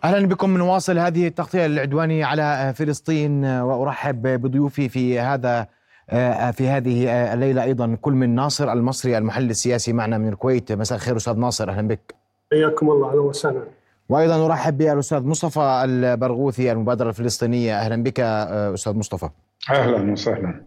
أهلا بكم. نواصل هذه التغطية العدوانية على فلسطين، وأرحب بضيوفي في هذه الليلة أيضا كل من ناصر المصري المحلل السياسي معنا من الكويت. مساء الخير أستاذ ناصر، أهلا بك. حياكم الله، أهلا وسهلا. وأيضا أرحب بالأستاذ مصطفى البرغوثي المبادرة الفلسطينية، أهلا بك أستاذ مصطفى. أهلا وسهلا.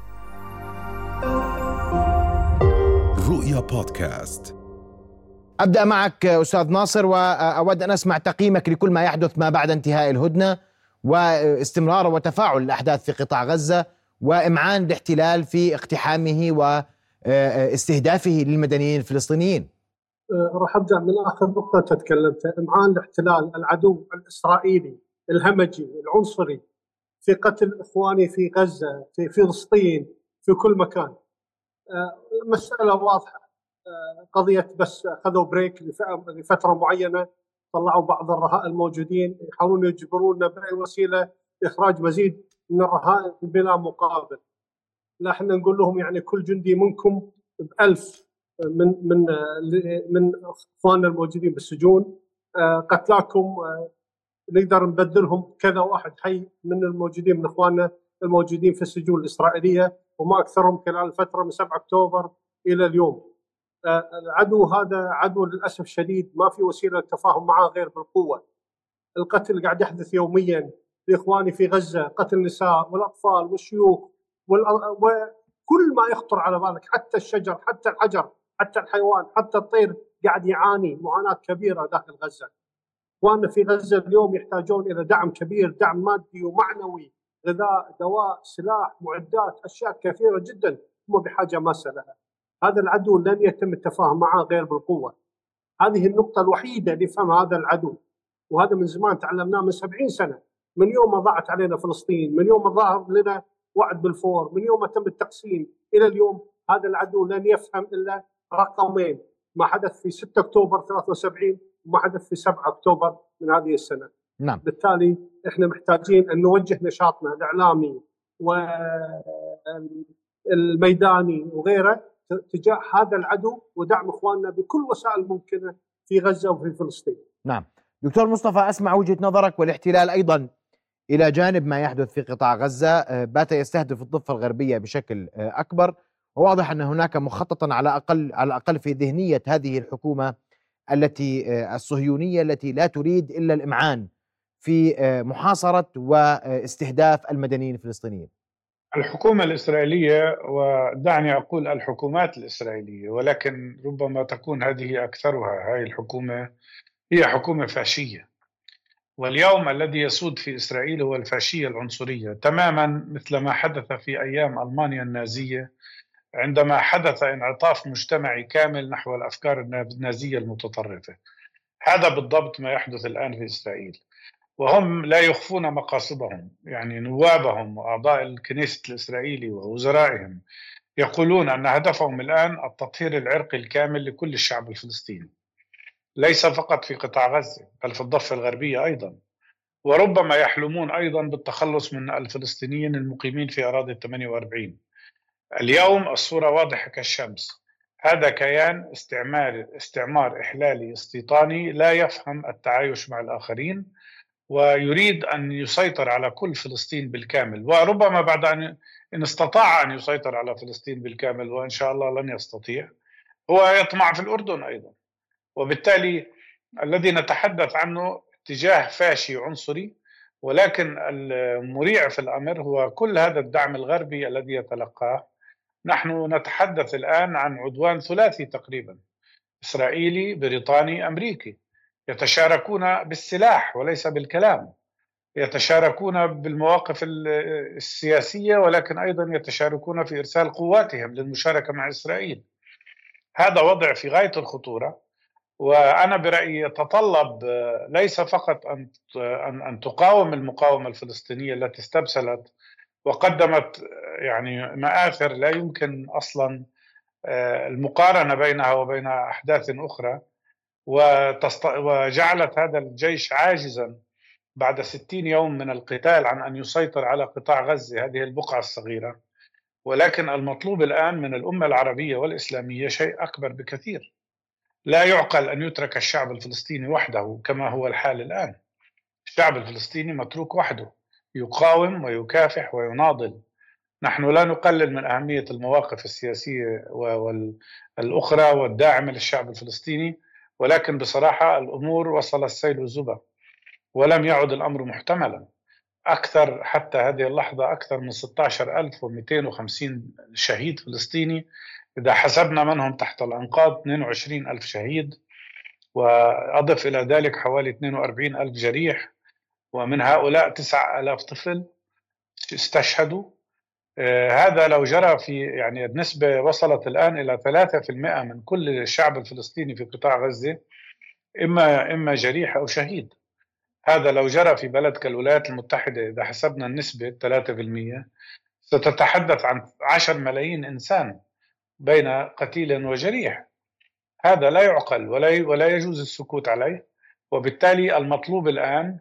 رؤيا بودكاست. أبدأ معك أستاذ ناصر، وأود أن أسمع تقييمك لكل ما يحدث ما بعد انتهاء الهدنة واستمرار وتفاعل الأحداث في قطاع غزة وإمعان الاحتلال في اقتحامه واستهدافه للمدنيين الفلسطينيين. راح أبدأ من آخر نقطة تكلمت، إمعان الاحتلال، العدو الإسرائيلي الهمجي العنصري في قتل إخواني في غزة، في فلسطين، في كل مكان. مسألة واضحة. قضية بس أخذوا بريك لفترة معينة، طلعوا بعض الرهائن الموجودين، يحاولون يجبرونا بأي وسيلة إخراج مزيد من الرهائن بلا مقابل. لا، احنا نقول لهم يعني كل جندي منكم ب1000 من اخواننا الموجودين بالسجون، قتلاكم نقدر نبدلهم كذا واحد حي من الموجودين من اخواننا الموجودين في السجون الاسرائيليه، وما اكثرهم خلال الفتره من 7 اكتوبر الى اليوم. العدو هذا عدو للاسف الشديد، ما في وسيله للتفاهم معه غير بالقوه. القتل قاعد يحدث يوميا لاخواني في غزه، قتل النساء والاطفال والشيوخ وكل ما يخطر على بالك، حتى الشجر، حتى الحجر، حتى الحيوان، حتى الطير قاعد يعاني معاناه كبيره داخل غزه. اخواننا في غزه اليوم يحتاجون الى دعم كبير، دعم مادي ومعنوي، غذاء، دواء، سلاح، معدات، اشياء كثيره جدا هم بحاجه ماسه لها. هذا العدو لن يتم التفاهم معه غير بالقوه. هذه النقطه الوحيده اللي يفهمها هذا العدو، وهذا من زمان تعلمناه، من 70 سنه، من يوم ما ضاعت علينا فلسطين، من يوم ما ظهر لنا وعد بالفور، من يوم ما تم التقسيم الى اليوم. هذا العدو لن يفهم الا رقمين: ما حدث في 6 اكتوبر 73 وما حدث في 7 اكتوبر من هذه السنه. نعم. بالتالي احنا محتاجين ان نوجه نشاطنا الاعلامي والميداني وغيره تجاه هذا العدو، ودعم اخواننا بكل وسائل ممكنه في غزه وفي فلسطين. نعم دكتور مصطفى، أسمع وجهة نظرك. والاحتلال أيضا إلى جانب ما يحدث في قطاع غزة بات يستهدف الضفة الغربية بشكل أكبر، وواضح أن هناك مخططا على الأقل في ذهنية هذه الحكومة الصهيونية التي لا تريد إلا الإمعان في محاصرة واستهداف المدنيين الفلسطينيين. الحكومة الإسرائيلية، ودعني أقول الحكومات الإسرائيلية، ولكن ربما تكون هذه أكثرها، هذه الحكومة هي حكومة فاشية. واليوم الذي يسود في إسرائيل هو الفاشية العنصرية، تماما مثل ما حدث في أيام ألمانيا النازية، عندما حدث انعطاف مجتمعي كامل نحو الأفكار النازية المتطرفة. هذا بالضبط ما يحدث الآن في إسرائيل، وهم لا يخفون مقاصدهم. يعني نوابهم وأعضاء الكنيست الإسرائيلي ووزرائهم يقولون أن هدفهم الآن التطهير العرقي الكامل لكل الشعب الفلسطيني، ليس فقط في قطاع غزة بل في الضفة الغربية أيضا. وربما يحلمون أيضا بالتخلص من الفلسطينيين المقيمين في أراضي 48. اليوم الصورة واضحة كالشمس. هذا كيان استعمار إحلالي استيطاني لا يفهم التعايش مع الآخرين، ويريد أن يسيطر على كل فلسطين بالكامل. وربما بعد إن استطاع أن يسيطر على فلسطين بالكامل، وإن شاء الله لن يستطيع، هو يطمع في الأردن أيضا. وبالتالي الذي نتحدث عنه اتجاه فاشي عنصري، ولكن المريع في الأمر هو كل هذا الدعم الغربي الذي يتلقاه. نحن نتحدث الآن عن عدوان ثلاثي تقريبا: إسرائيلي، بريطاني، أمريكي، يتشاركون بالسلاح وليس بالكلام، يتشاركون بالمواقف السياسية، ولكن أيضا يتشاركون في إرسال قواتهم للمشاركة مع إسرائيل. هذا وضع في غاية الخطورة، وأنا برأيي يتطلب ليس فقط أن تقاوم المقاومة الفلسطينية التي استبسلت وقدمت يعني مآثر لا يمكن أصلا المقارنة بينها وبين أحداث أخرى، وجعلت هذا الجيش عاجزا بعد 60 يوم من القتال عن أن يسيطر على قطاع غزة، هذه البقعة الصغيرة. ولكن المطلوب الآن من الأمة العربية والإسلامية شيء أكبر بكثير. لا يعقل أن يترك الشعب الفلسطيني وحده كما هو الحال الآن. الشعب الفلسطيني متروك وحده يقاوم ويكافح ويناضل. نحن لا نقلل من أهمية المواقف السياسية والأخرى والداعمة للشعب الفلسطيني، ولكن بصراحة الأمور وصل السيل الزبر ولم يعد الأمر محتملا. أكثر حتى هذه اللحظة أكثر من 16,250 شهيد فلسطيني، إذا حسبنا منهم تحت الأنقاض 22,000 شهيد، وأضف إلى ذلك حوالي 42,000 جريح، ومن هؤلاء 9,000 طفل استشهدوا. هذا لو جرى في يعني النسبة وصلت الآن إلى 3% من كل الشعب الفلسطيني في قطاع غزة إما جريح أو شهيد. هذا لو جرى في بلد كالولايات المتحدة، إذا حسبنا النسبة 3%، ستتحدث عن 10 ملايين إنسان بين قتيل وجريح. هذا لا يعقل ولا يجوز السكوت عليه. وبالتالي المطلوب الآن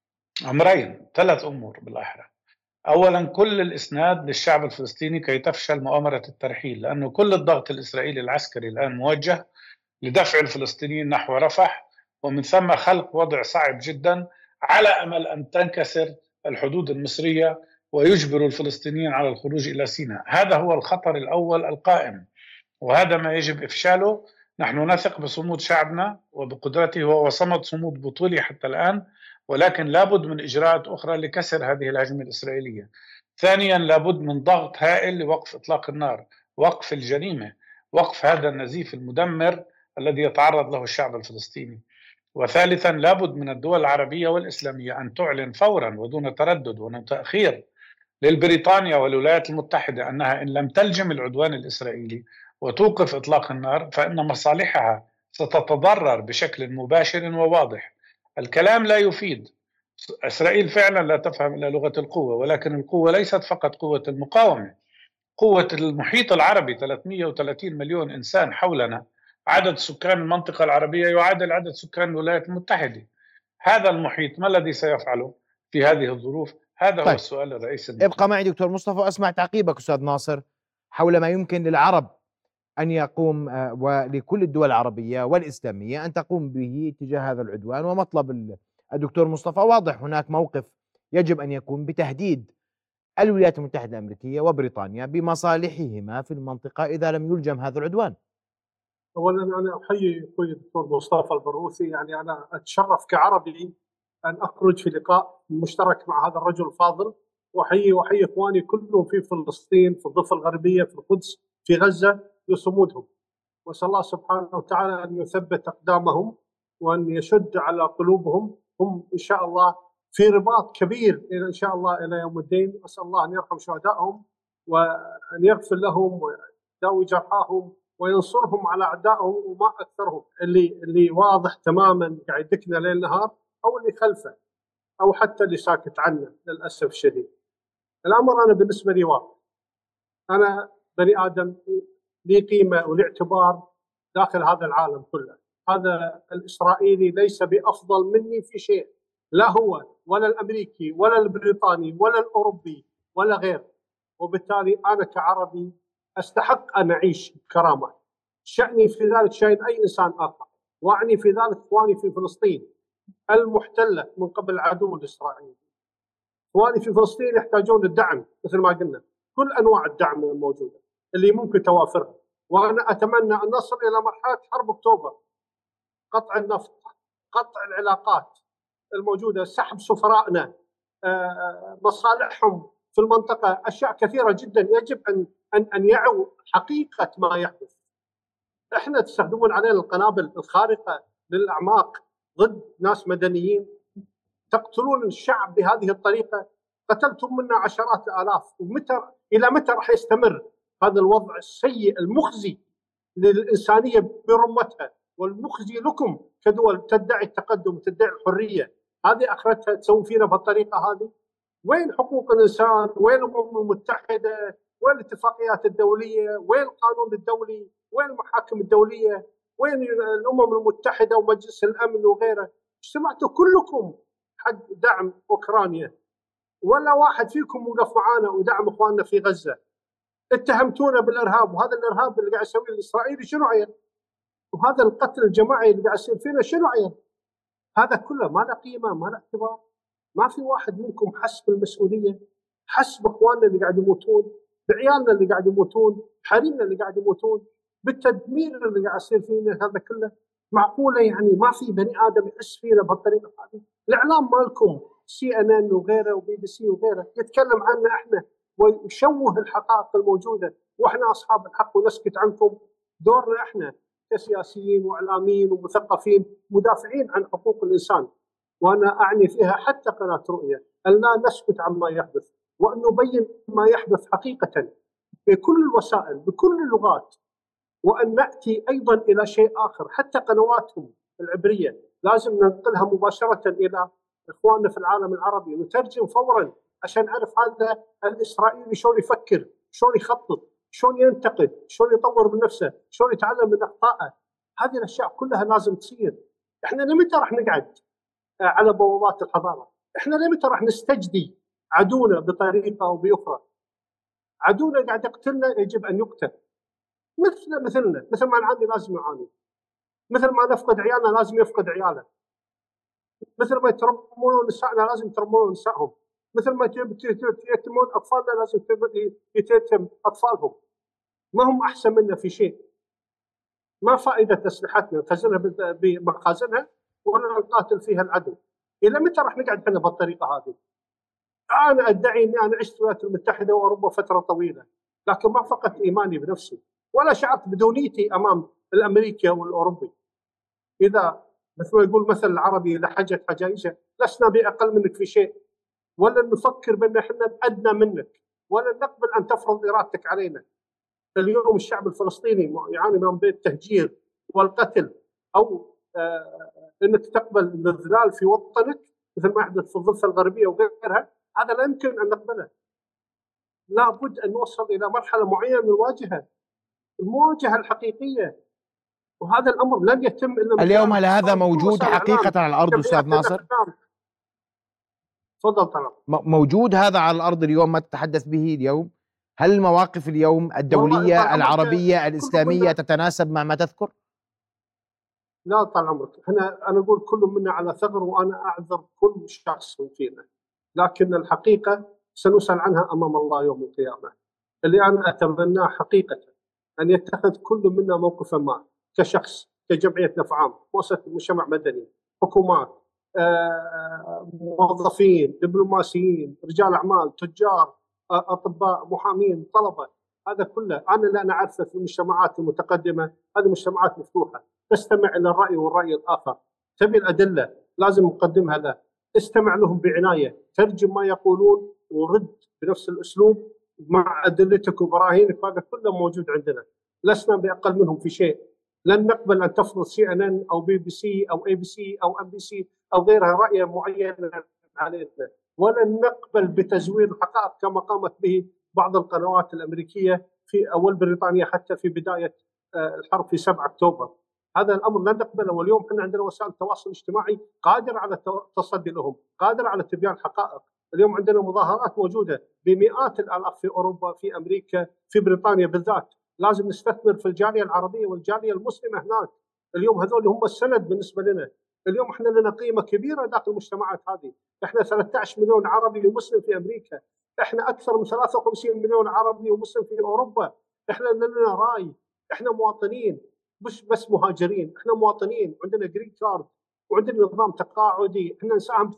أمرين، 3 أمور بالأحرى. أولا، كل الإسناد للشعب الفلسطيني كي تفشل مؤامرة الترحيل، لأنه كل الضغط الإسرائيلي العسكري الآن موجه لدفع الفلسطينيين نحو رفح، ومن ثم خلق وضع صعب جدا على أمل أن تنكسر الحدود المصرية ويجبر الفلسطينيين على الخروج إلى سيناء. هذا هو الخطر الأول القائم، وهذا ما يجب إفشاله. نحن نثق بصمود شعبنا وبقدرته، هو صمد صمود بطولي حتى الآن، ولكن لابد من إجراءات أخرى لكسر هذه الهجمة الإسرائيلية. ثانيا، لابد من ضغط هائل لوقف إطلاق النار، وقف الجريمة، وقف هذا النزيف المدمر الذي يتعرض له الشعب الفلسطيني. وثالثا، لابد من الدول العربية والإسلامية أن تعلن فورا ودون تردد ودون تأخير للبريطانيا والولايات المتحدة أنها إن لم تلجم العدوان الإسرائيلي وتوقف إطلاق النار فإن مصالحها ستتضرر بشكل مباشر وواضح. الكلام لا يفيد. إسرائيل فعلا لا تفهم إلا لغة القوة، ولكن القوة ليست فقط قوة المقاومة، قوة المحيط العربي. 330 مليون إنسان حولنا، عدد سكان المنطقة العربية يعادل عدد سكان الولايات المتحدة. هذا المحيط ما الذي سيفعله في هذه الظروف؟ هذا هو السؤال الرئيسي. ابقى معي دكتور مصطفى وأسمع تعقيبك أستاذ ناصر حول ما يمكن للعرب أن يقوم ولكل الدول العربية والإسلامية أن تقوم به تجاه هذا العدوان. ومطلب الدكتور مصطفى واضح، هناك موقف يجب أن يكون بتهديد الولايات المتحدة الأمريكية وبريطانيا بمصالحهما في المنطقة إذا لم يلجم هذا العدوان. أولا أنا أحيي أخوي الدكتور مصطفى البرغوثي، يعني أنا أتشرف كعربي أن أخرج في لقاء مشترك مع هذا الرجل الفاضل، وأحيي إخواني كلهم في فلسطين، في الضفة الغربية، في القدس، في غزة، لصمودهم. وأسأل الله سبحانه وتعالى أن يثبت أقدامهم وأن يشد على قلوبهم. هم إن شاء الله في رباط كبير إن شاء الله إلى يوم الدين. أسأل الله أن يرحم شهدائهم وأن يغفر لهم ويداوي جرحاهم وينصرهم على أعدائهم وما أكثرهم، اللي واضح تماما قاعد يدكنا ليل نهار، أو اللي خلفه، أو حتى اللي ساكت عنه للأسف الشديد. الأمر أنا بالنسبة لي واضح، أنا بني آدم لي قيمة والاعتبار داخل هذا العالم كله. هذا الإسرائيلي ليس بأفضل مني في شيء، لا هو ولا الأمريكي ولا البريطاني ولا الأوروبي ولا غير. وبالتالي أنا كعربي أستحق أن أعيش بكرامة. شأني في ذلك شأن أي إنسان آخر، وأعني في ذلك إخواني في فلسطين المحتلة من قبل العدو الإسرائيلي. إخواني في فلسطين يحتاجون الدعم مثل ما قلنا، كل أنواع الدعم الموجودة اللي ممكن توافرها. وأنا أتمنى أن نصل إلى مرحلة حرب أكتوبر، قطع النفط، قطع العلاقات الموجودة، سحب سفرائنا، مصالحهم في المنطقة، أشياء كثيرة جدا يجب أن يعوا حقيقة ما يحدث. إحنا تستخدمون علينا القنابل الخارقة للأعماق ضد ناس مدنيين، تقتلون الشعب بهذه الطريقة، قتلتم منا عشرات الآلاف. إلى متى راح يستمر هذا الوضع السيء المخزي للإنسانية برمتها، والمخزي لكم كدول تدعي التقدم وتدعي الحرية؟ هذه آخرتها تسوون فينا بهالطريقة هذه؟ وين حقوق الإنسان؟ وين الأمم المتحدة؟ وين الاتفاقيات الدولية؟ وين القانون الدولي؟ وين المحاكم الدولية؟ وين الأمم المتحدة ومجلس الأمن وغيره؟ اجتمعتوا كلكم حق دعم أوكرانيا، ولا واحد فيكم وقف معانا ودعم إخواننا في غزة. اتهمتونا بالإرهاب، وهذا الإرهاب اللي قاعد يسويه الإسرائيلي شنو عين؟ وهذا القتل الجماعي اللي قاعد يصير فينا شنو عين؟ هذا كله ما له قيمة، ما له اعتبار. ما في واحد منكم حس بالمسؤوليه، حس باخواننا اللي قاعد يموتون، بعيالنا اللي قاعد يموتون، حريمنا اللي قاعد يموتون، بالتدمير اللي قاعد يصير فينا هذا كله. معقوله يعني ما في بني ادم يحس فينا بهالطريقه هذه؟ الاعلام مالكم CNN وغيره وبي بي سي وغيره يتكلم عنا احنا ويشوه الحقائق الموجوده، واحنا اصحاب الحق ونسكت عنكم. دورنا احنا كسياسيين واعلاميين ومثقفين مدافعين عن حقوق الانسان، وانا اعني فيها حتى قناه رؤيه، ان لا نسكت عما يحدث، وان نبين ما يحدث حقيقه بكل الوسائل بكل اللغات، وان ناتي ايضا الى شيء اخر. حتى قنواتهم العبريه لازم ننقلها مباشره الى اخواننا في العالم العربي، نترجم فورا عشان نعرف هذا الاسرائيلي شلون يفكر، شلون يخطط، شلون ينتقد، شلون يطور من نفسه، شلون يتعلم من اخطائه. هذه الاشياء كلها لازم تصير. احنا لمتى راح نقعد على بوابات الحضاره؟ احنا لمتى راح نستجدي عدونا بطريقه او باخرى؟ عدونا قاعد يقتلنا، يجب ان يقتل. مثلنا، مثل ما نعاني لازم يعاني، مثل ما نفقد عيالنا لازم يفقد عياله، مثل ما يترمون نسائنا لازم يترمون نسائهم، مثل ما يتمون اطفالنا لازم يتم اطفالهم. ما هم احسن منا في شيء. ما فائده اسلحتنا نخزنها بمخازنها ولا نقاتل فيها العدو؟ الى متى راح نقعد احنا بالطريقه هذه؟ انا ادعي اني انا عشت في الولايات المتحده واوروبا فتره طويله، لكن ما فقدت ايماني بنفسي ولا شعرت بدونيتي امام الامريكي والاوروبي. اذا مثل ما يقول مثل العربي اذا حجت حجايجه، لسنا باقل منك في شيء، ولا نفكر بان احنا ادنى منك، ولا نقبل ان تفرض ارادتك علينا. اليوم الشعب الفلسطيني يعاني من التهجير والقتل، او انك تقبل الاذلال في وطنك مثل ما يحدث في الضفه الغربيه وغيرها، هذا لا يمكن ان نقبله. لابد ان نوصل الى مرحله معينه من المواجهه الحقيقيه، وهذا الامر لن يتم الا اليوم. هل هذا موجود حقيقه على الارض استاذ ناصر؟ تفضل. طبعا موجود هذا على الارض اليوم ما تتحدث به اليوم؟ هل المواقف اليوم الدوليه العربيه الاسلاميه تتناسب مع ما تذكر؟ لا طال عمرك، انا اقول كل منا على ثغر، وانا اعذر كل شخص فينا، لكن الحقيقه سنسأل عنها امام الله يوم القيامه. اللي انا اتمناه حقيقه ان يتخذ كل منا موقفا ما، كشخص، كجمعيه نفع عام، مؤسسه مجتمع مدني، حكومات، موظفين، دبلوماسيين، رجال اعمال، تجار، اطباء، محامين، طلبه. هذا كله انا لا نعرفه في المجتمعات المتقدمه. هذه مجتمعات مفتوحه، تستمع الى الراي والراي الاخر، تبي الادله لازم نقدمها له، استمع لهم بعنايه، ترجم ما يقولون ورد بنفس الاسلوب مع ادلتك وبراهينك. هذا كله موجود عندنا، لسنا باقل منهم في شيء. لن نقبل ان تفرض CNN او بي بي سي او اي بي سي او ام بي سي او غيرها راي معين علينا، ولن نقبل بتزوير الحقائق كما قامت به بعض القنوات الامريكيه في اول بريطانيا حتى في بدايه الحرب في 7 اكتوبر. هذا الامر لن نقبله، واليوم احنا عندنا وسائل التواصل الاجتماعي قادره على التصدي لهم، قادره على تبيان حقائق. اليوم عندنا مظاهرات موجوده بمئات الالاف في اوروبا، في امريكا، في بريطانيا بالذات. لازم نستثمر في الجاليه العربيه والجاليه المسلمه هناك. اليوم هذول هم السند بالنسبه لنا. اليوم احنا لنا قيمه كبيره داخل المجتمعات هذه. احنا 13 مليون عربي ومسلم في امريكا، احنا اكثر من 53 مليون عربي ومسلم في اوروبا. احنا لنا راي، احنا مواطنين، مش بس مهاجرين، احنا مواطنين، عندنا جرين كارد وعندنا نظام تقاعدي، احنا نساهم ب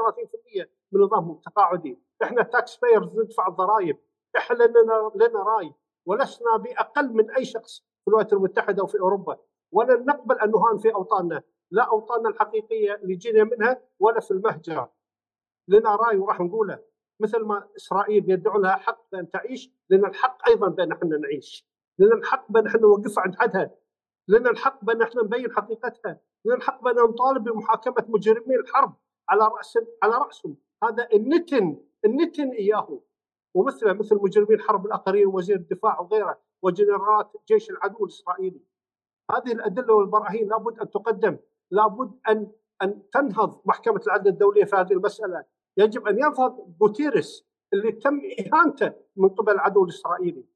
38% من نظام تقاعدي، احنا تاكس بايرز ندفع الضرائب، احنا لنا راي، ولسنا باقل من اي شخص في الولايات المتحده وفي اوروبا. ولن نقبل ان نهان في اوطاننا، لا اوطاننا الحقيقيه اللي جينا منها ولا في المهجر. لنا راي وراح نقوله، مثل ما اسرائيل يدعو لها حق بان تعيش، لنا الحق ايضا بان احنا نعيش، لنا الحق بان احنا نوقف عند حدها، لنا الحق بان احنا نبين حقيقتها، لنا الحق بان نطالب بمحاكمه مجرمي الحرب على راسهم. هذا النتن اياه، ومثله مثل مجرمين الحرب الاخرين، وزير الدفاع وغيره، وجنرالات جيش العدو الاسرائيلي. هذه الادله والبراهين لابد ان تقدم، لابد ان تنهض محكمه العدل الدوليه في هذه المساله. يجب ان ينهض بوتيرس اللي تم اهانته من قبل العدو الاسرائيلي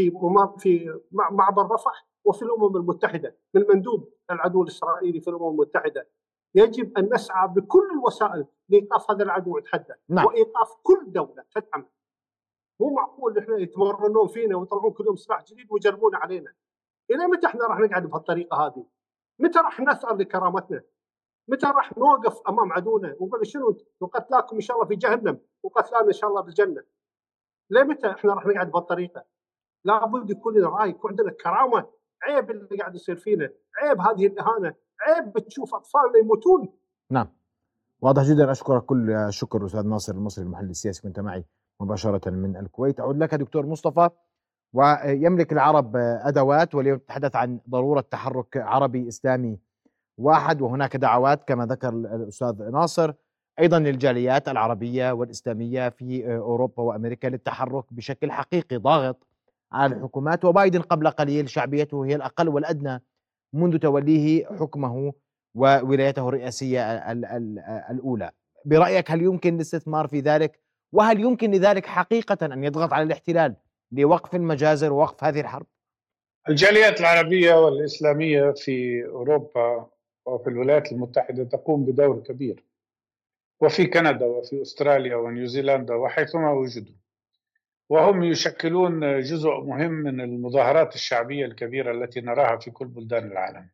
في معبر رفح وفي الامم المتحده، من مندوب العدو الاسرائيلي في الامم المتحده. يجب أن نسعى بكل الوسائل لإيقاف هذا العدو ويتحدى وإيقاف كل دولة تدعم. مو معقول إحنا يتمرنون فينا ويطلعون كل يوم سلاح جديد ويجربونه علينا. إلى متى إحنا راح نقعد بهالطريقة هذه؟ متى راح نثأر لكرامتنا؟ متى راح نوقف أمام عدونا ونقول شنو وقتلاكم إن شاء الله في جهنم وقتلانا إن شاء الله بالجنة؟ ليه متى إحنا راح نقعد بهالطريقة؟ لابد يكون لنا رأي، يكون عندنا كرامة. عيب اللي قاعد يصير فينا، عيب هذه الإهانة، عيب بتشوف أطفالنا يموتون. نعم، واضح جدا. أشكرك كل الشكر أستاذ ناصر المصري المحلل السياسي، كنت معي مباشرة من الكويت. أعود لك دكتور مصطفى. ويملك العرب أدوات، واليوم نتحدث عن ضرورة تحرك عربي إسلامي واحد، وهناك دعوات كما ذكر الأستاذ ناصر أيضا للجاليات العربية والإسلامية في أوروبا وأمريكا للتحرك بشكل حقيقي ضاغط على الحكومات. وبايدن قبل قليل شعبيته هي الأقل والأدنى منذ توليه حكمه وولايته الرئاسية الأولى. برأيك هل يمكن الاستثمار في ذلك؟ وهل يمكن لذلك حقيقة أن يضغط على الاحتلال لوقف المجازر ووقف هذه الحرب؟ الجاليات العربية والإسلامية في أوروبا وفي الولايات المتحدة تقوم بدور كبير، وفي كندا وفي أستراليا ونيوزيلندا وحيثما وجدوا، وهم يشكلون جزء مهم من المظاهرات الشعبية الكبيرة التي نراها في كل بلدان العالم.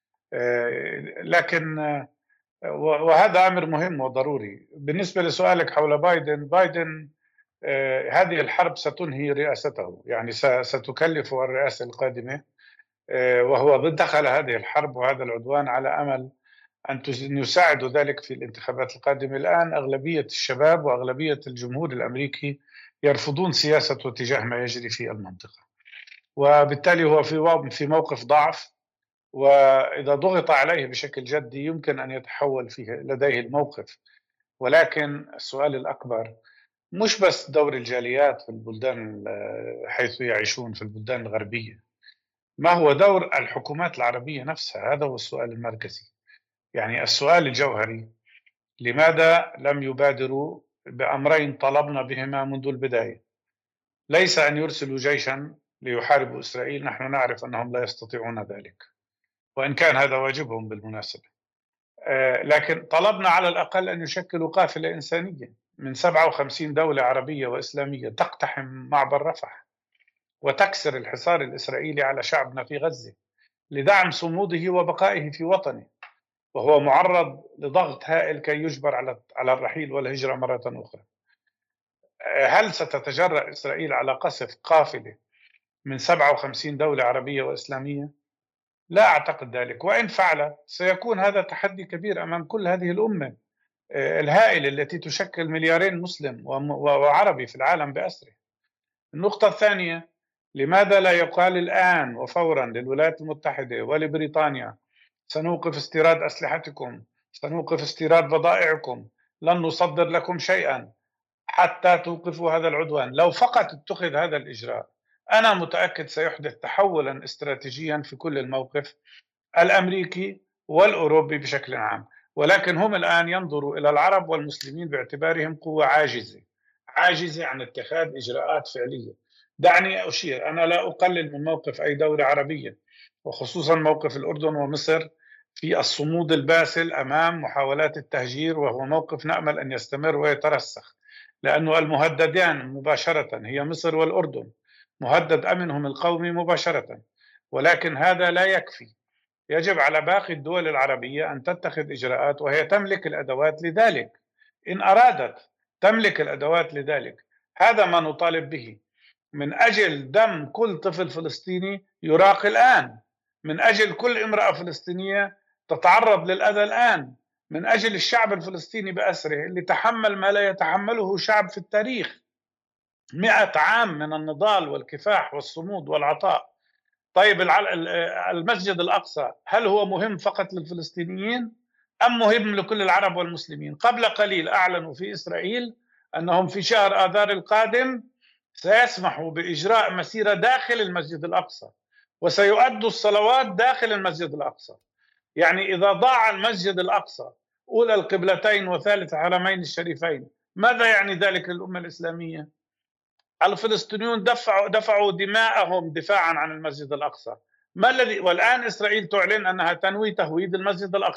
لكن وهذا أمر مهم وضروري. بالنسبة لسؤالك حول بايدن هذه الحرب ستنهي رئاسته، يعني ستكلف الرئاسة القادمة، وهو دخل هذه الحرب وهذا العدوان على أمل أن يساعد ذلك في الانتخابات القادمة. الآن أغلبية الشباب وأغلبية الجمهور الأمريكي يرفضون سياسته تجاه ما يجري في المنطقة، وبالتالي هو في موقف ضعف، وإذا ضغط عليه بشكل جدي يمكن أن يتحول فيه لديه الموقف. ولكن السؤال الأكبر مش بس دور الجاليات في البلدان حيث يعيشون في البلدان الغربية، ما هو دور الحكومات العربية نفسها؟ هذا هو السؤال المركزي. يعني السؤال الجوهري: لماذا لم يبادروا بأمرين طلبنا بهما منذ البداية؟ ليس أن يرسلوا جيشا ليحاربوا إسرائيل، نحن نعرف أنهم لا يستطيعون ذلك، وإن كان هذا واجبهم بالمناسبة، لكن طلبنا على الأقل أن يشكلوا قافلة إنسانية من 57 دولة عربية وإسلامية تقتحم معبر رفح وتكسر الحصار الإسرائيلي على شعبنا في غزة لدعم صموده وبقائه في وطنه، وهو معرض لضغط هائل كي يجبر على الرحيل والهجرة مرة أخرى. هل ستتجرأ إسرائيل على قصف قافلة من 57 دولة عربية وإسلامية؟ لا أعتقد ذلك، وإن فعل سيكون هذا تحدي كبير أمام كل هذه الأمة الهائلة التي تشكل 2 مليار مسلم وعربي في العالم بأسره. النقطة الثانية: لماذا لا يقال الآن وفورا للولايات المتحدة ولبريطانيا سنوقف استيراد أسلحتكم، سنوقف استيراد بضائعكم، لن نصدر لكم شيئا حتى توقفوا هذا العدوان؟ لو فقط اتخذ هذا الإجراء أنا متأكد سيحدث تحولا استراتيجيا في كل الموقف الأمريكي والأوروبي بشكل عام. ولكن هم الآن ينظروا إلى العرب والمسلمين باعتبارهم قوة عاجزة عن اتخاذ إجراءات فعلية. دعني أشير، أنا لا أقلل من موقف أي دولة عربية، وخصوصا موقف الأردن ومصر في الصمود الباسل أمام محاولات التهجير، وهو موقف نأمل أن يستمر ويترسخ، لأنه المهددان مباشرة هي مصر والأردن، مهدد أمنهم القومي مباشرة. ولكن هذا لا يكفي، يجب على باقي الدول العربية أن تتخذ إجراءات، وهي تملك الأدوات لذلك إن أرادت، تملك الأدوات لذلك. هذا ما نطالب به من أجل دم كل طفل فلسطيني يراق الآن، من أجل كل امرأة فلسطينية تتعرض للأذى الآن، من أجل الشعب الفلسطيني بأسره اللي تحمل ما لا يتحمله شعب في التاريخ، 100 عام من النضال والكفاح والصمود والعطاء. طيب المسجد الأقصى هل هو مهم فقط للفلسطينيين أم مهم لكل العرب والمسلمين؟ قبل قليل أعلنوا في إسرائيل أنهم في شهر آذار القادم سيسمحوا بإجراء مسيرة داخل المسجد الأقصى، وسيؤدوا الصلوات داخل المسجد الأقصى. يعني إذا ضاع المسجد الأقصى أولى القبلتين وثالث الحرمين الشريفين، ماذا يعني ذلك للأمة الإسلامية؟ الفلسطينيون دفعوا دماءهم دفاعا عن المسجد الأقصى. ما الذي والآن إسرائيل تعلن أنها تنوي تهويد المسجد الأقصى؟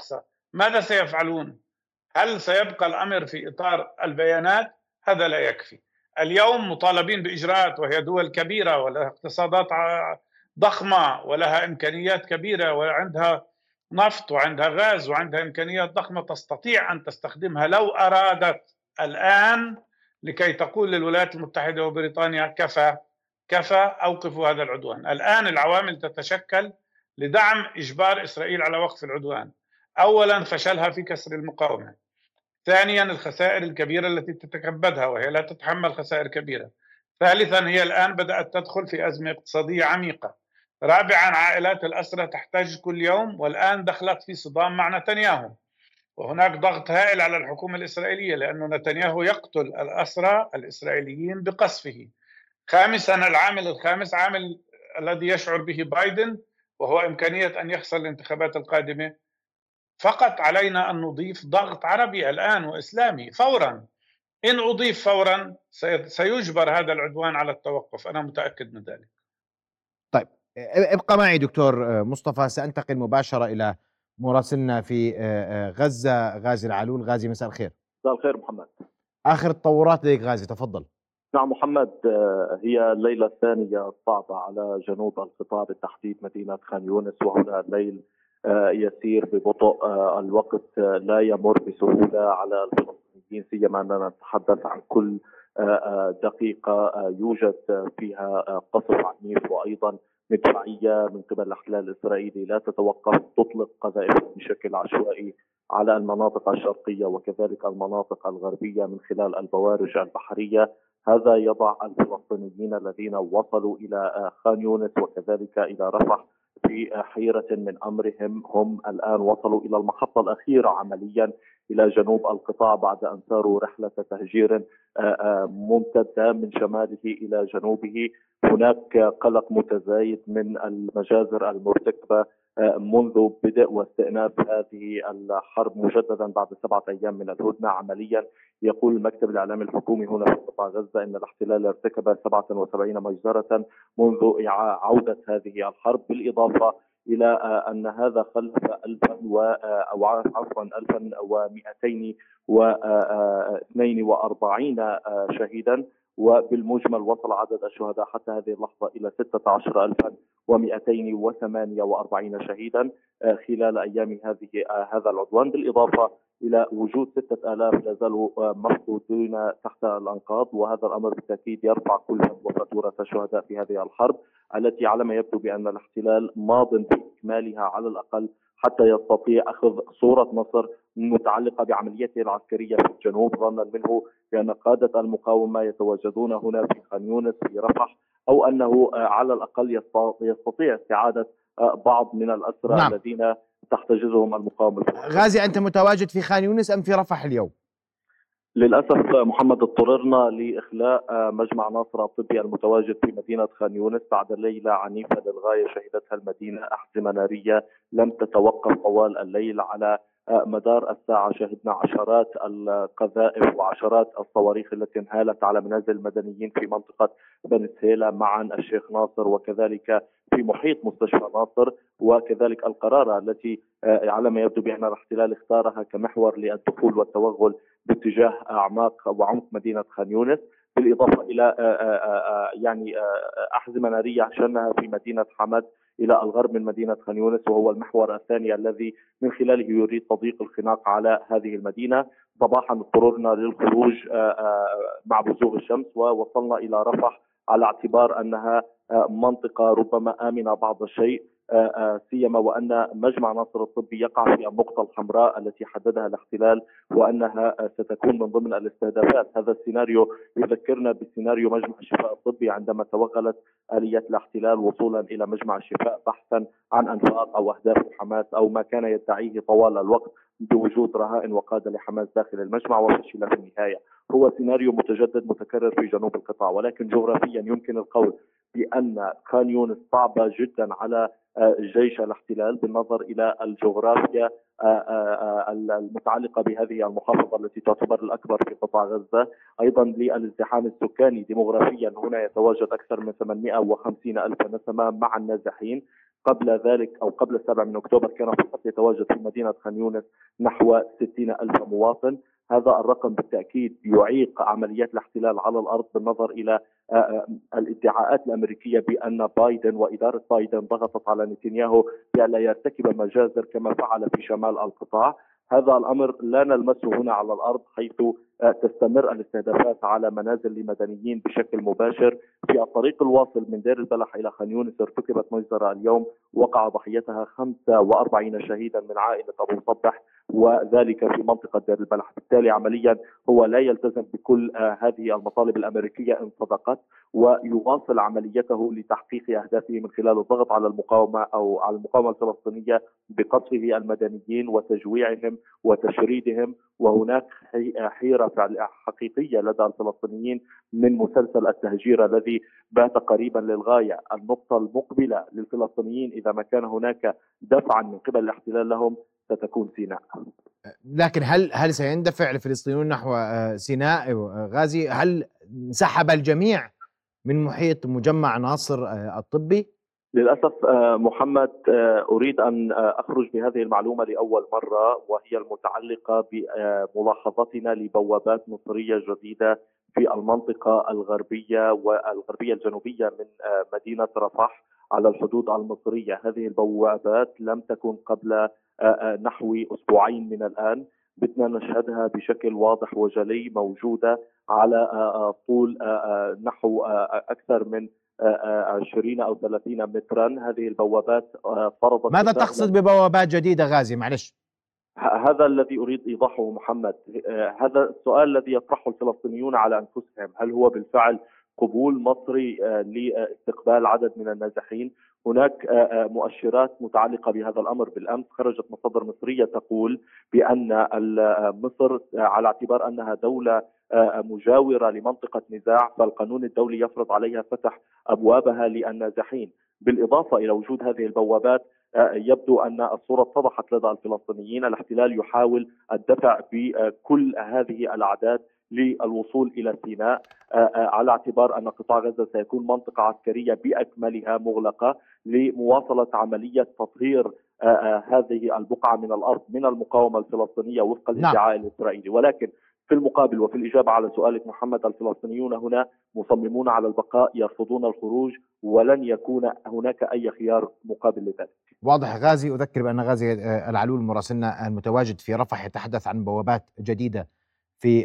ماذا سيفعلون؟ هل سيبقى الأمر في إطار البيانات؟ هذا لا يكفي. اليوم مطالبين بإجراءات، وهي دول كبيرة ولها اقتصادات ضخمة ولها إمكانيات كبيرة وعندها نفط وعندها غاز وعندها إمكانيات ضخمة تستطيع أن تستخدمها لو أرادت الآن، لكي تقول للولايات المتحدة وبريطانيا كفى كفى، أوقفوا هذا العدوان. الآن العوامل تتشكل لدعم إجبار إسرائيل على وقف العدوان. أولا فشلها في كسر المقاومة، ثانيا الخسائر الكبيرة التي تتكبدها وهي لا تتحمل خسائر كبيرة، ثالثا هي الآن بدأت تدخل في أزمة اقتصادية عميقة، رابعا عائلات الأسرى تحتاج كل يوم والآن دخلت في صدام مع نتنياهو، وهناك ضغط هائل على الحكومة الإسرائيلية لأن نتنياهو يقتل الأسرى الإسرائيليين بقصفه. خامسا العامل الخامس عامل الذي يشعر به بايدن، وهو إمكانية أن يخسر الانتخابات القادمة. فقط علينا أن نضيف ضغط عربي الآن وإسلامي فورا. إن أضيف فورا سيجبر هذا العدوان على التوقف، أنا متأكد من ذلك. طيب ابقى معي دكتور مصطفى، سأنتقل مباشرة إلى مراسلنا في غزة غازي العلول. غازي مساء الخير. مساء الخير محمد. آخر التطورات لديك غازي، تفضل. نعم محمد، هي الليلة الثانية الصعبة على جنوب القطاع بالتحديد مدينة خان يونس، وهنا الليل يسير ببطء. الوقت لا يمر بسهولة على الفلسطينيين، سيما أننا نتحدث عن كل دقيقة يوجد فيها قصف عنيف وأيضا مدفعية من قبل الاحتلال الإسرائيلي لا تتوقف، تطلق قذائف بشكل عشوائي على المناطق الشرقية وكذلك المناطق الغربية من خلال البوارج البحرية. هذا يضع الفلسطينيين الذين وصلوا إلى خان يونس وكذلك إلى رفح في حيرة من أمرهم. هم الآن وصلوا إلى المحطة الأخيرة عمليا إلى جنوب القطاع بعد أن ساروا رحلة تهجير ممتدة من شماله إلى جنوبه. هناك قلق متزايد من المجازر المرتكبة منذ بدء واستئناف هذه الحرب مجددا بعد 7 أيام من الهدنة. عمليا يقول المكتب الإعلامي الحكومي هنا في قطاع غزة أن الاحتلال ارتكب 77 مجزرة منذ عودة هذه الحرب، بالإضافة إلى أن هذا خلف 1242 شهيدا، وبالمجمل وصل عدد الشهداء حتى هذه اللحظة إلى 16248 شهيدا خلال أيام هذا العدوان، بالإضافة إلى وجود 6000 لا زالوا مفقودين تحت الأنقاض. وهذا الأمر بالتأكيد يرفع كلفة وفاتورة الشهداء في هذه الحرب التي على ما يبدو بأن الاحتلال ماض في إكمالها على الأقل حتى يستطيع أخذ صورة نصر متعلقة بعمليته العسكرية في الجنوب، ظنا منه بأن قادة المقاومة يتواجدون هنا في خان يونس في رفح، أو أنه على الأقل يستطيع استعادة بعض من الأسرى نعم. الذين تحتجزهم المقاومة. غازي، أنت متواجد في خان يونس أم في رفح اليوم؟ للأسف محمد اضطررنا لإخلاء مجمع ناصر الطبي المتواجد في مدينة خان يونس بعد ليلة عنيفة للغاية شهدتها المدينة. أحزمة نارية لم تتوقف طوال الليل، على مدار الساعة شهدنا عشرات القذائف وعشرات الصواريخ التي انهالت على منازل المدنيين في منطقة بني سهيلة معا الشيخ ناصر وكذلك في محيط مستشفى ناصر، وكذلك القرارة التي على ما يبدو بأن الاحتلال اختارها كمحور للدخول والتوغل باتجاه أعماق وعمق مدينة خان يونس، بالإضافة إلى أحزمة نارية شنها في مدينة حمد إلى الغرب من مدينة خان يونس، وهو المحور الثاني الذي من خلاله يريد تضييق الخناق على هذه المدينة. صباحا اضطررنا للخروج مع بزوغ الشمس ووصلنا إلى رفح على اعتبار أنها منطقة ربما آمنة بعض الشيء، سيما وأن مجمع ناصر الطبي يقع في النقطة الحمراء التي حددها الاحتلال وأنها ستكون من ضمن الاستهدافات. هذا السيناريو يذكرنا بسيناريو مجمع الشفاء الطبي عندما توغلت آليات الاحتلال وصولا إلى مجمع الشفاء بحثا عن أنفاق أو أهداف حماس أو ما كان يدعيه طوال الوقت بوجود رهائن وقادة لحماس داخل المجمع وفشل في النهاية. هو سيناريو متجدد متكرر في جنوب القطاع، ولكن جغرافيا يمكن القول بأن خان يونس صعبة جدا على جيش الاحتلال بالنظر إلى الجغرافيا المتعلقة بهذه المحافظة التي تعتبر الأكبر في قطاع غزة، أيضا للازدحام السكاني ديموغرافيا. هنا يتواجد أكثر من 850 ألف نسمة مع النازحين. قبل ذلك أو قبل 7 من أكتوبر كان فقط يتواجد في مدينة خان يونس نحو 60 ألف مواطن. هذا الرقم بالتأكيد يعيق عمليات الاحتلال على الأرض، بالنظر إلى الادعاءات الأمريكية بأن بايدن وإدارة بايدن ضغطت على نتنياهو بأن لا يرتكب مجازر كما فعل في شمال القطاع. هذا الأمر لا نلمسه هنا على الأرض، حيث تستمر الاستهدافات على منازل لمدنيين بشكل مباشر. في الطريق الواصل من دير البلح إلى خان يونس ارتكبت مجزرة اليوم وقع ضحيتها 45 شهيدا من عائلة أبو صبح، وذلك في منطقة دير البلح. بالتالي عمليا هو لا يلتزم بكل هذه المطالب الأمريكية إن صدقت، ويواصل عمليته لتحقيق أهدافه من خلال الضغط على المقاومة أو على المقاومة الفلسطينية بقتله المدنيين وتجويعهم وتشريدهم. وهناك حيرة حقيقية لدى الفلسطينيين من مسلسل التهجير الذي بات قريبا للغاية. النقطة المقبلة للفلسطينيين إذا ما كان هناك دفعا من قبل الاحتلال لهم ستكون سيناء. لكن هل سيندفع الفلسطينيون نحو سيناء غازي؟ هل انسحب الجميع من محيط مجمع ناصر الطبي؟ للأسف محمد، أريد أن أخرج بهذه المعلومة لأول مرة، وهي المتعلقة بملاحظتنا لبوابات مصرية جديدة في المنطقة الغربية والغربية الجنوبية من مدينة رفح على الحدود المصرية. هذه البوابات لم تكن قبل نحو أسبوعين من الآن. بدنا نشهدها بشكل واضح وجلي، موجودة على طول نحو أكثر من 20 أو 30 مترا. هذه البوابات فرضت. ماذا تقصد ببوابات جديدة غازي؟ معلش، هذا الذي أريد إيضاحه محمد. هذا السؤال الذي يطرحه الفلسطينيون على أنفسهم، هل هو بالفعل قبول مصري لاستقبال عدد من النازحين؟ هناك مؤشرات متعلقة بهذا الأمر. بالأمس خرجت مصادر مصرية تقول بأن مصر على اعتبار أنها دولة مجاورة لمنطقة نزاع، فالقانون الدولي يفرض عليها فتح أبوابها للنازحين. بالإضافة إلى وجود هذه البوابات، يبدو أن الصورة اتضحت لدى الفلسطينيين. الاحتلال يحاول الدفع بكل هذه الأعداد للوصول إلى سيناء، على اعتبار أن قطاع غزة سيكون منطقة عسكرية بأكملها مغلقة لمواصلة عملية تطهير هذه البقعة من الأرض من المقاومة الفلسطينية وفق الادعاء الإسرائيلي. ولكن في المقابل وفي الإجابة على سؤالك محمد، الفلسطينيون هنا مصممون على البقاء، يرفضون الخروج، ولن يكون هناك أي خيار مقابل لذلك. واضح غازي. أذكر بأن غازي العلول مراسلنا المتواجد في رفح يتحدث عن بوابات جديدة في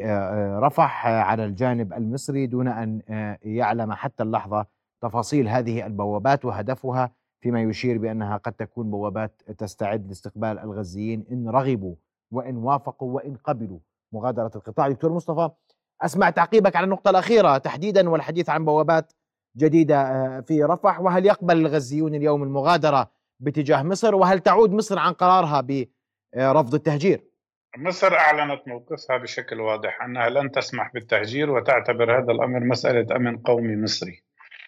رفح على الجانب المصري دون أن يعلم حتى اللحظة تفاصيل هذه البوابات وهدفها، فيما يشير بأنها قد تكون بوابات تستعد لاستقبال الغزيين إن رغبوا وإن وافقوا وإن قبلوا مغادرة القطاع. دكتور مصطفى، أسمع تعقيبك على النقطة الأخيرة تحديدا والحديث عن بوابات جديدة في رفح، وهل يقبل الغزيون اليوم المغادرة باتجاه مصر؟ وهل تعود مصر عن قرارها برفض التهجير؟ مصر أعلنت موقفها بشكل واضح أنها لن تسمح بالتهجير، وتعتبر هذا الأمر مسألة أمن قومي مصري،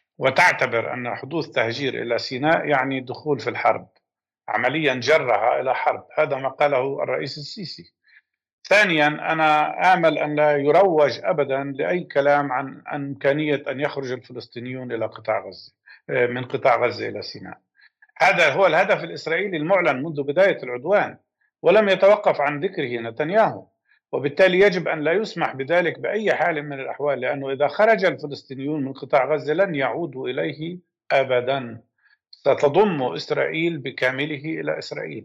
وتعتبر أن حدوث تهجير إلى سيناء يعني دخول في الحرب، عمليا جرها إلى حرب. هذا ما قاله الرئيس السيسي. ثانيا، أنا آمل أن لا يروج أبدا لأي كلام عن إمكانية أن يخرج الفلسطينيون إلى قطاع غزة، من قطاع غزة إلى سيناء. هذا هو الهدف الإسرائيلي المعلن منذ بداية العدوان، ولم يتوقف عن ذكره نتنياهو، وبالتالي يجب أن لا يسمح بذلك بأي حال من الأحوال، لأنه إذا خرج الفلسطينيون من قطاع غزة لن يعودوا إليه أبدا. ستضم إسرائيل بكامله إلى إسرائيل،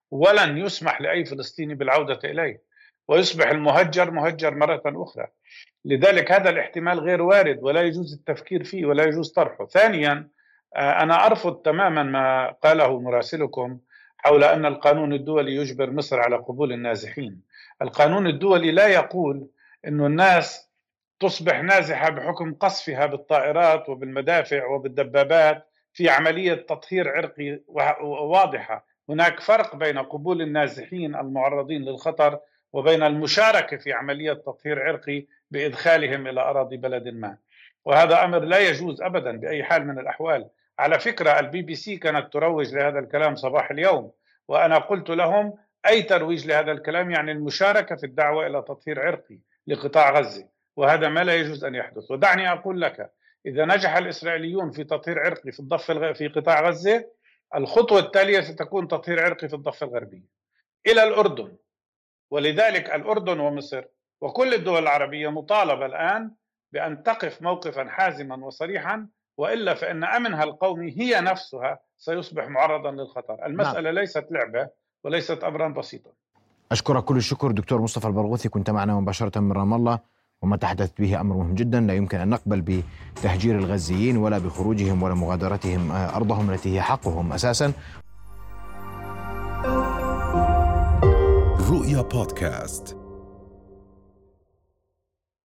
ولن يسمح لأي فلسطيني بالعودة إليه، ويصبح المهجر مهجر مرة أخرى. لذلك هذا الاحتمال غير وارد ولا يجوز التفكير فيه ولا يجوز طرحه. ثانيا، أنا أرفض تماما ما قاله مراسلكم حول أن القانون الدولي يجبر مصر على قبول النازحين. القانون الدولي لا يقول أن الناس تصبح نازحة بحكم قصفها بالطائرات وبالمدافع وبالدبابات في عملية تطهير عرقي واضحة. هناك فرق بين قبول النازحين المعرضين للخطر وبين المشاركة في عملية تطهير عرقي بإدخالهم إلى أراضي بلد ما، وهذا أمر لا يجوز أبدا بأي حال من الأحوال. على فكرة الBBC كانت تروج لهذا الكلام صباح اليوم، وأنا قلت لهم أي ترويج لهذا الكلام يعني المشاركة في الدعوة إلى تطهير عرقي لقطاع غزة، وهذا ما لا يجوز أن يحدث. ودعني أقول لك، إذا نجح الإسرائيليون في تطهير عرقي في قطاع غزة، الخطوة التالية ستكون تطهير عرقي في الضفة الغربية إلى الأردن. ولذلك الأردن ومصر وكل الدول العربية مطالبة الآن بأن تقف موقفا حازما وصريحا، وإلا فإن أمنها القومي هي نفسها سيصبح معرضا للخطر. المسألة ليست لعبة وليست أمرا بسيطا. أشكرك كل الشكر دكتور مصطفى البرغوثي، كنت معنا مباشرة من رام الله، وما تحدثت به أمر مهم جدا. لا يمكن أن نقبل بتهجير الغزيين ولا بخروجهم ولا مغادرتهم أرضهم التي هي حقهم أساسا. رؤيا بودكاست.